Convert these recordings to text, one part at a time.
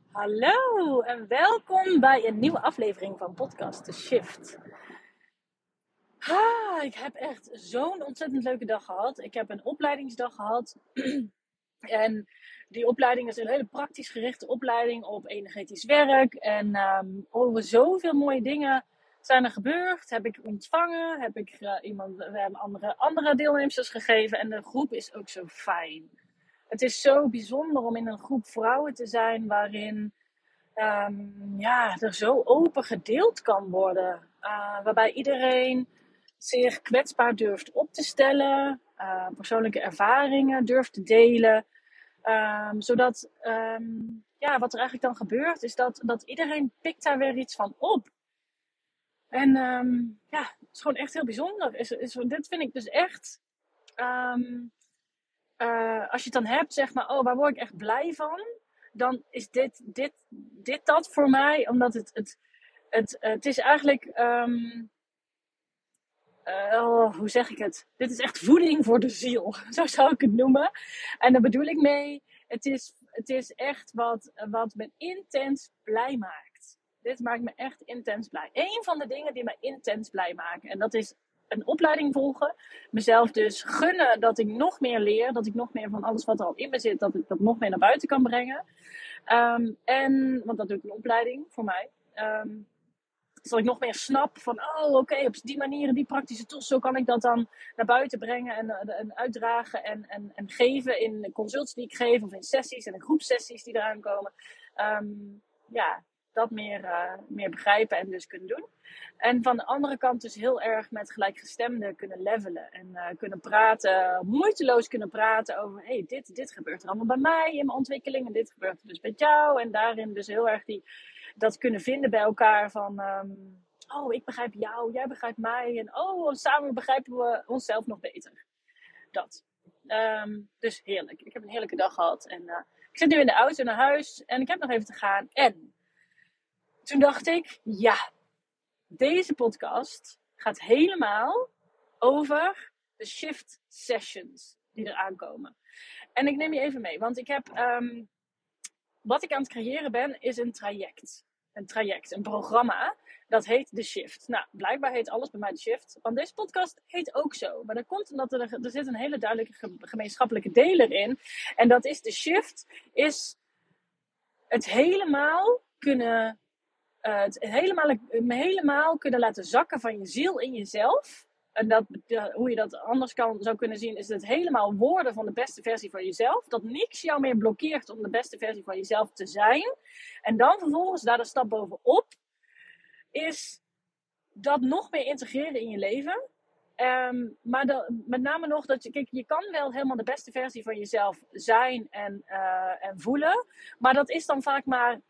Hallo en welkom bij een nieuwe aflevering van podcast The Shift. Ik heb echt zo'n ontzettend leuke dag gehad. Ik heb een opleidingsdag gehad. En die opleiding is een hele praktisch gerichte opleiding op energetisch werk. En over zoveel mooie dingen zijn er gebeurd. Heb ik ontvangen. Heb ik we hebben andere deelnemers gegeven. En de groep is ook zo fijn. Het is zo bijzonder om in een groep vrouwen te zijn waarin er zo open gedeeld kan worden. Waarbij iedereen zich kwetsbaar durft op te stellen, persoonlijke ervaringen durft te delen. Zodat, wat er eigenlijk dan gebeurt, is dat iedereen pikt daar weer iets van op. En het is gewoon echt heel bijzonder. Dit vind ik dus echt. Als je het dan hebt, zeg maar, waar word ik echt blij van? Dan is dit dat voor mij, omdat het is eigenlijk, hoe zeg ik het? Dit is echt voeding voor de ziel, zo zou ik het noemen. En daar bedoel ik mee, het is echt wat me intens blij maakt. Dit maakt me echt intens blij. Eén van de dingen die me intens blij maken, en dat is een opleiding volgen. Mezelf dus gunnen dat ik nog meer leer, dat ik nog meer van alles wat er al in me zit, dat ik dat nog meer naar buiten kan brengen. Want dat doet een opleiding voor mij. Zodat ik nog meer snap van, oké, op die manier, die praktische tools, zo kan ik dat dan naar buiten brengen en uitdragen en geven in de consults die ik geef, of in sessies en in groepsessies die eraan komen. Dat meer begrijpen en dus kunnen doen. En van de andere kant dus heel erg met gelijkgestemden kunnen levelen en kunnen praten, moeiteloos kunnen praten over, hey, dit gebeurt er allemaal bij mij in mijn ontwikkeling en dit gebeurt er dus bij jou. En daarin dus heel erg dat kunnen vinden bij elkaar van, ik begrijp jou, jij begrijpt mij. En samen begrijpen we onszelf nog beter. Dat. Dus heerlijk. Ik heb een heerlijke dag gehad. En ik zit nu in de auto naar huis en ik heb nog even te gaan. En toen dacht ik, deze podcast gaat helemaal over de shift sessions die er aankomen. En ik neem je even mee, want ik heb, wat ik aan het creëren ben, is een traject, een programma. Dat heet The Shift. Nou, blijkbaar heet alles bij mij The Shift. Want deze podcast heet ook zo. Maar dat komt omdat er zit een hele duidelijke gemeenschappelijke deler in. En dat is The Shift. Is het helemaal kunnen... helemaal kunnen laten zakken van je ziel in jezelf. En hoe je dat anders zou kunnen zien, is het helemaal worden van de beste versie van jezelf. Dat niks jou meer blokkeert om de beste versie van jezelf te zijn. En dan vervolgens daar de stap bovenop is dat nog meer integreren in je leven. Maar met name nog dat je kan wel helemaal de beste versie van jezelf zijn en voelen. Maar dat is dan vaak maar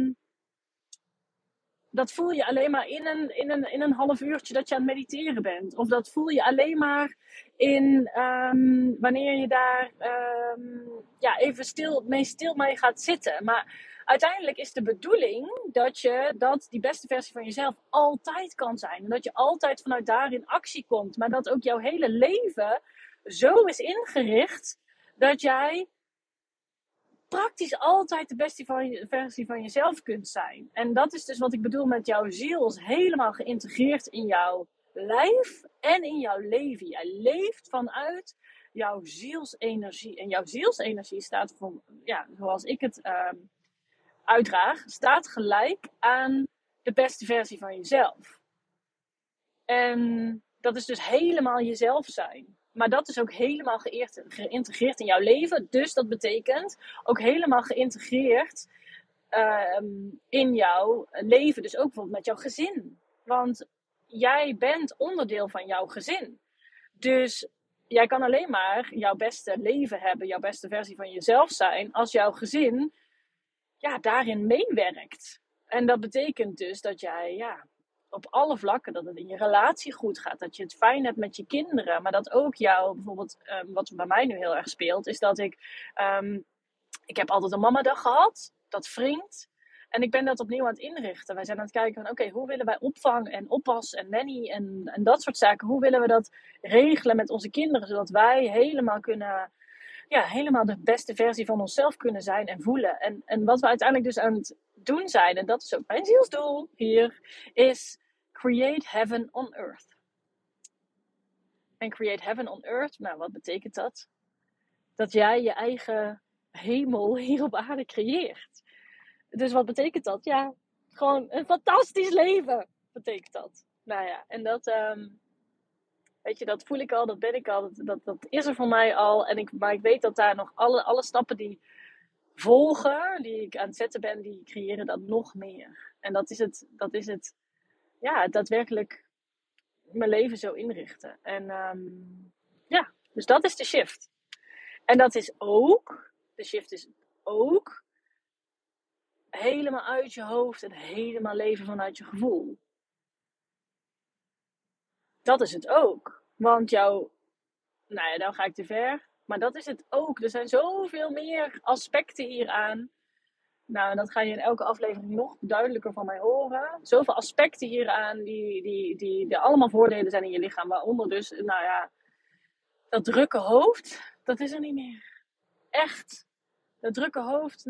dat voel je alleen maar in een half uurtje dat je aan het mediteren bent. Of dat voel je alleen maar wanneer je daar even stil mee gaat zitten. Maar uiteindelijk is de bedoeling dat die beste versie van jezelf altijd kan zijn. En dat je altijd vanuit daar in actie komt. Maar dat ook jouw hele leven zo is ingericht dat jij praktisch altijd de beste versie van jezelf kunt zijn. En dat is dus wat ik bedoel met jouw ziel is helemaal geïntegreerd in jouw lijf en in jouw leven. Jij leeft vanuit jouw zielsenergie. En jouw zielsenergie staat voor, zoals ik het uitdraag, staat gelijk aan de beste versie van jezelf. En dat is dus helemaal jezelf zijn. Maar dat is ook helemaal geïntegreerd in jouw leven. Dus dat betekent ook helemaal geïntegreerd in jouw leven. Dus ook bijvoorbeeld met jouw gezin. Want jij bent onderdeel van jouw gezin. Dus jij kan alleen maar jouw beste leven hebben, jouw beste versie van jezelf zijn, als jouw gezin daarin meewerkt. En dat betekent dus dat jij op alle vlakken, dat het in je relatie goed gaat, dat je het fijn hebt met je kinderen, maar dat ook jou, bijvoorbeeld, wat bij mij nu heel erg speelt, is dat ik heb altijd een mamadag gehad, dat wringt, en ik ben dat opnieuw aan het inrichten. Wij zijn aan het kijken van, oké, hoe willen wij opvang en oppas en nanny en dat soort zaken, hoe willen we dat regelen met onze kinderen, zodat wij helemaal kunnen helemaal de beste versie van onszelf kunnen zijn en voelen. En wat we uiteindelijk dus aan het doen zijn, en dat is ook mijn zielsdoel hier, is create heaven on earth. En create heaven on earth, nou wat betekent dat? Dat jij je eigen hemel hier op aarde creëert. Dus wat betekent dat? Ja, gewoon een fantastisch leven betekent dat. Nou ja, en dat, weet je, dat voel ik al, dat ben ik al, dat is er voor mij al. Maar ik weet dat daar nog alle stappen die volgen, die ik aan het zetten ben, die creëren dat nog meer. En dat is het, ja, daadwerkelijk mijn leven zo inrichten. En dus dat is de shift. En dat is ook, de shift is ook helemaal uit je hoofd en helemaal leven vanuit je gevoel. Dat is het ook. Want nou ga ik te ver. Maar dat is het ook. Er zijn zoveel meer aspecten hieraan. Nou, en dat ga je in elke aflevering nog duidelijker van mij horen. Zoveel aspecten hieraan die allemaal voordelen zijn in je lichaam. Waaronder dus, dat drukke hoofd, dat is er niet meer. Echt. Dat drukke hoofd,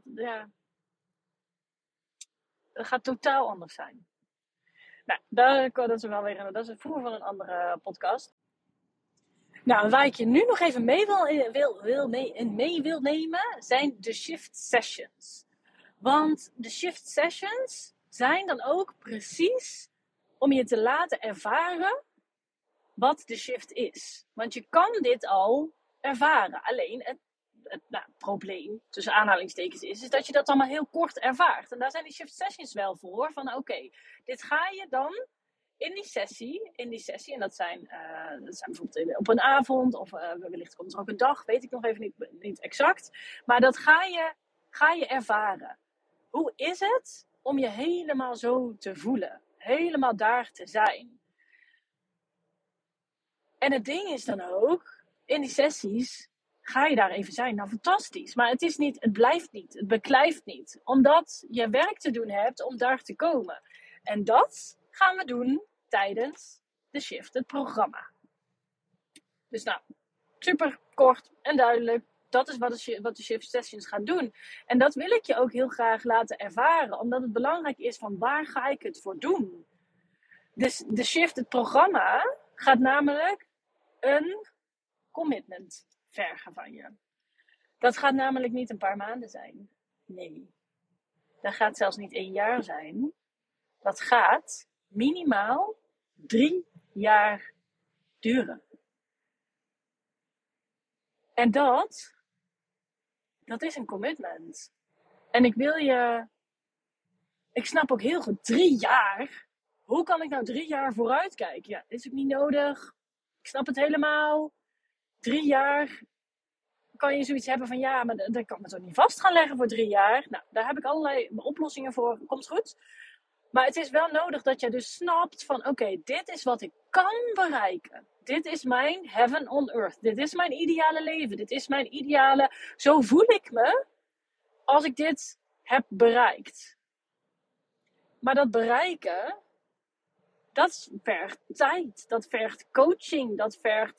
dat gaat totaal anders zijn. Nou, dat is wel weer dat is het voer van een andere podcast. Nou, waar ik je nu nog even mee wil nemen, zijn de shift sessions. Want de shift sessions zijn dan ook precies om je te laten ervaren wat de shift is. Want je kan dit al ervaren. Alleen het probleem, tussen aanhalingstekens, is dat je dat allemaal heel kort ervaart. En daar zijn die shift sessions wel voor. Van oké, dit ga je dan in die sessie, en dat zijn bijvoorbeeld op een avond, of wellicht komt er ook een dag, weet ik nog even niet exact. Maar dat ga je ervaren. Hoe is het om je helemaal zo te voelen? Helemaal daar te zijn. En het ding is dan ook, in die sessies ga je daar even zijn. Nou, fantastisch. Maar het blijft niet. Het beklijft niet. Omdat je werk te doen hebt om daar te komen. En dat gaan we doen tijdens de shift, het programma. Dus nou, super kort en duidelijk. Dat is wat de shift sessions gaan doen. En dat wil ik je ook heel graag laten ervaren. Omdat het belangrijk is van waar ga ik het voor doen. Dus de shift, het programma, gaat namelijk een commitment vergen van je. Dat gaat namelijk niet een paar maanden zijn. Nee. Dat gaat zelfs niet 1 jaar zijn. Dat gaat minimaal 3 jaar duren. En dat is een commitment. En ik snap ook heel goed, 3 jaar. Hoe kan ik nou 3 jaar vooruit kijken? Ja, dat is ook niet nodig. Ik snap het helemaal. 3 jaar kan je zoiets hebben van, ja, maar dat kan me toch niet vast gaan leggen voor 3 jaar. Nou, daar heb ik allerlei oplossingen voor. Komt goed. Maar het is wel nodig dat je dus snapt van, oké, dit is wat ik kan bereiken. Dit is mijn heaven on earth. Dit is mijn ideale leven. Dit is mijn ideale... Zo voel ik me als ik dit heb bereikt. Maar dat bereiken, dat vergt tijd. Dat vergt coaching. Dat vergt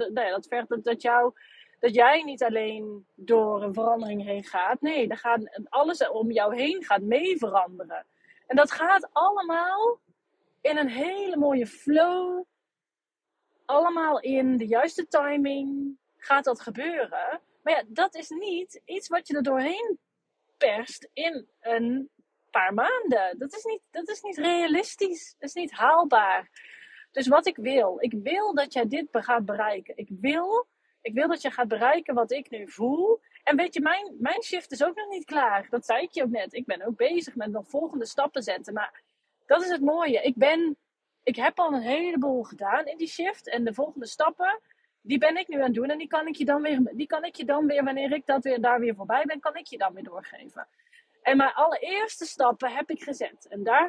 dat jij niet alleen door een verandering heen gaat. Nee, alles om jou heen gaat mee veranderen. En dat gaat allemaal in een hele mooie flow. Allemaal in de juiste timing gaat dat gebeuren. Maar ja, dat is niet iets wat je er doorheen perst in een paar maanden. Dat is niet realistisch. Dat is niet haalbaar. Dus wat ik wil dat jij dit gaat bereiken. Ik wil dat je gaat bereiken wat ik nu voel. En weet je, mijn shift is ook nog niet klaar. Dat zei ik je ook net. Ik ben ook bezig met nog volgende stappen zetten. Maar dat is het mooie. Ik heb al een heleboel gedaan in die shift. En de volgende stappen, die ben ik nu aan het doen. En die kan ik je dan weer, wanneer ik daar weer voorbij ben, kan ik je dan weer doorgeven. En mijn allereerste stappen heb ik gezet. En daar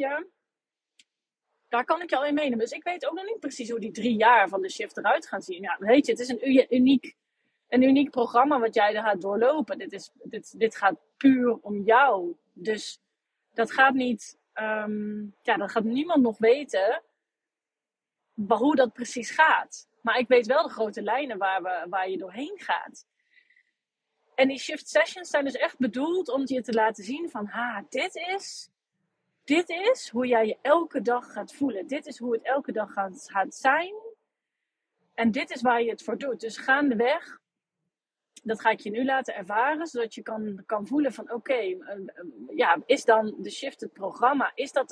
kan ik je al in meenemen. Dus ik weet ook nog niet precies hoe die 3 jaar van de shift eruit gaan zien. Ja, weet je, het is een uniek programma wat jij er gaat doorlopen. Dit gaat puur om jou. Dus dat gaat niet... dat gaat niemand nog weten hoe dat precies gaat. Maar ik weet wel de grote lijnen waar je doorheen gaat. En die shift sessions zijn dus echt bedoeld om je te laten zien van, dit is hoe jij je elke dag gaat voelen. Dit is hoe het elke dag gaat zijn. En dit is waar je het voor doet. Dus gaandeweg, dat ga ik je nu laten ervaren, zodat je kan voelen van oké, is dan de shift het programma? Is dat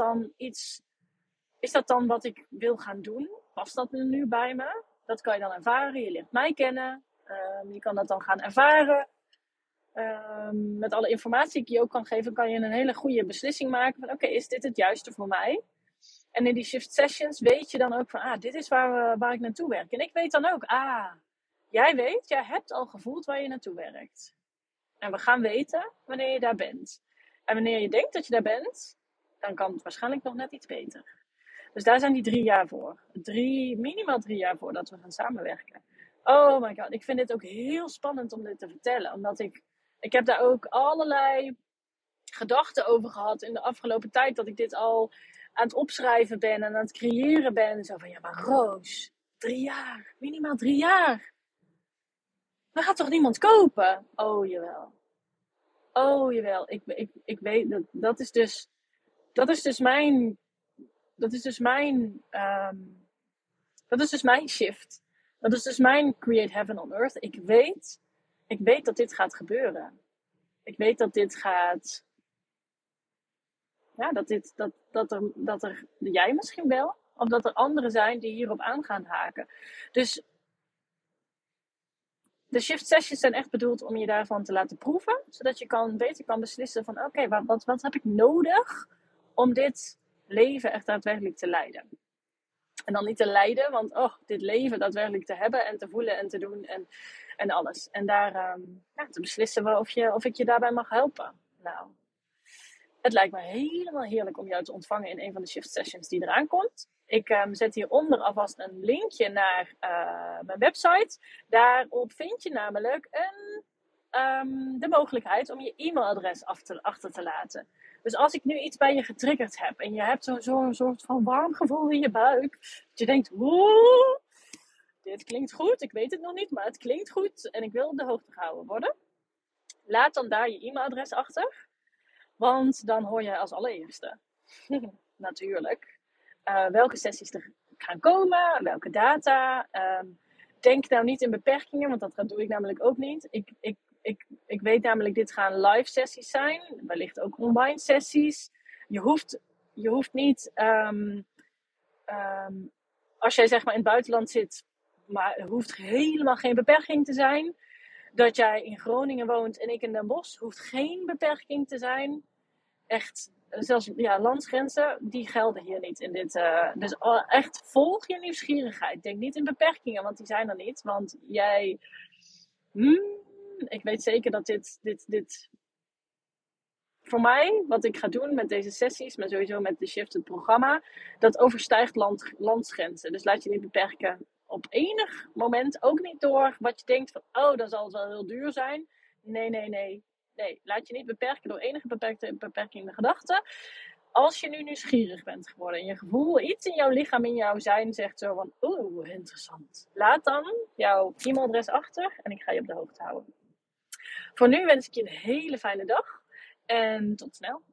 dan wat ik wil gaan doen? Past dat nu bij me? Dat kan je dan ervaren. Je leert mij kennen. Je kan dat dan gaan ervaren. Met alle informatie die ik je ook kan geven, kan je een hele goede beslissing maken van oké, is dit het juiste voor mij? En in die shift sessions weet je dan ook van dit is waar ik naartoe werk. En ik weet dan ook, jij hebt al gevoeld waar je naartoe werkt. En we gaan weten wanneer je daar bent. En wanneer je denkt dat je daar bent, dan kan het waarschijnlijk nog net iets beter. Dus daar zijn die 3 jaar voor. Minimaal 3 jaar voor dat we gaan samenwerken. Oh my god, ik vind dit ook heel spannend om dit te vertellen. Omdat ik heb daar ook allerlei gedachten over gehad in de afgelopen tijd. Dat ik dit al aan het opschrijven ben en aan het creëren ben. Zo van, ja maar Roos, 3 jaar, minimaal 3 jaar. Dan gaat toch niemand kopen? Oh jawel. Oh jawel, ik weet, dat is dus mijn shift. Dat is dus mijn create heaven on earth. Ik weet dat dit gaat gebeuren. Ik weet dat dit gaat, dat er, jij misschien wel, of dat er anderen zijn die hierop aan gaan haken. Dus de shift sessions zijn echt bedoeld om je daarvan te laten proeven. Zodat je beter kan beslissen van oké, wat heb ik nodig om dit leven echt daadwerkelijk te leiden. En dan niet te leiden, want dit leven daadwerkelijk te hebben en te voelen en te doen en alles. En daar te beslissen of ik je daarbij mag helpen. Nou, het lijkt me helemaal heerlijk om jou te ontvangen in een van de shift sessions die eraan komt. Ik zet hieronder alvast een linkje naar mijn website. Daarop vind je namelijk de mogelijkheid om je e-mailadres achter te laten. Dus als ik nu iets bij je getriggerd heb en je hebt zo'n soort van warm gevoel in je buik, dat je denkt, oeh, dit klinkt goed, ik weet het nog niet, maar het klinkt goed en ik wil op de hoogte gehouden worden. Laat dan daar je e-mailadres achter, want dan hoor je als allereerste, natuurlijk, welke sessies er gaan komen, welke data. Denk nou niet in beperkingen, want dat doe ik namelijk ook niet. Ik weet namelijk, dit gaan live sessies zijn. Wellicht ook online sessies. Je hoeft niet, als jij zeg maar in het buitenland zit, maar er hoeft helemaal geen beperking te zijn. Dat jij in Groningen woont en ik in Den Bosch, hoeft geen beperking te zijn. Echt, zelfs landsgrenzen, die gelden hier niet in dit. Dus echt volg je nieuwsgierigheid. Denk niet in beperkingen, want die zijn er niet. Want jij, ik weet zeker dat dit voor mij, wat ik ga doen met deze sessies, maar sowieso met de Shift, het programma, dat overstijgt landsgrenzen. Dus laat je niet beperken op enig moment, ook niet door wat je denkt van, dan zal het wel heel duur zijn. Nee, laat je niet beperken door enige beperkende gedachten. Als je nu nieuwsgierig bent geworden en je gevoel, iets in jouw lichaam, in jouw zijn zegt zo van, interessant. Laat dan jouw e-mailadres achter en ik ga je op de hoogte houden. Voor nu wens ik je een hele fijne dag en tot snel.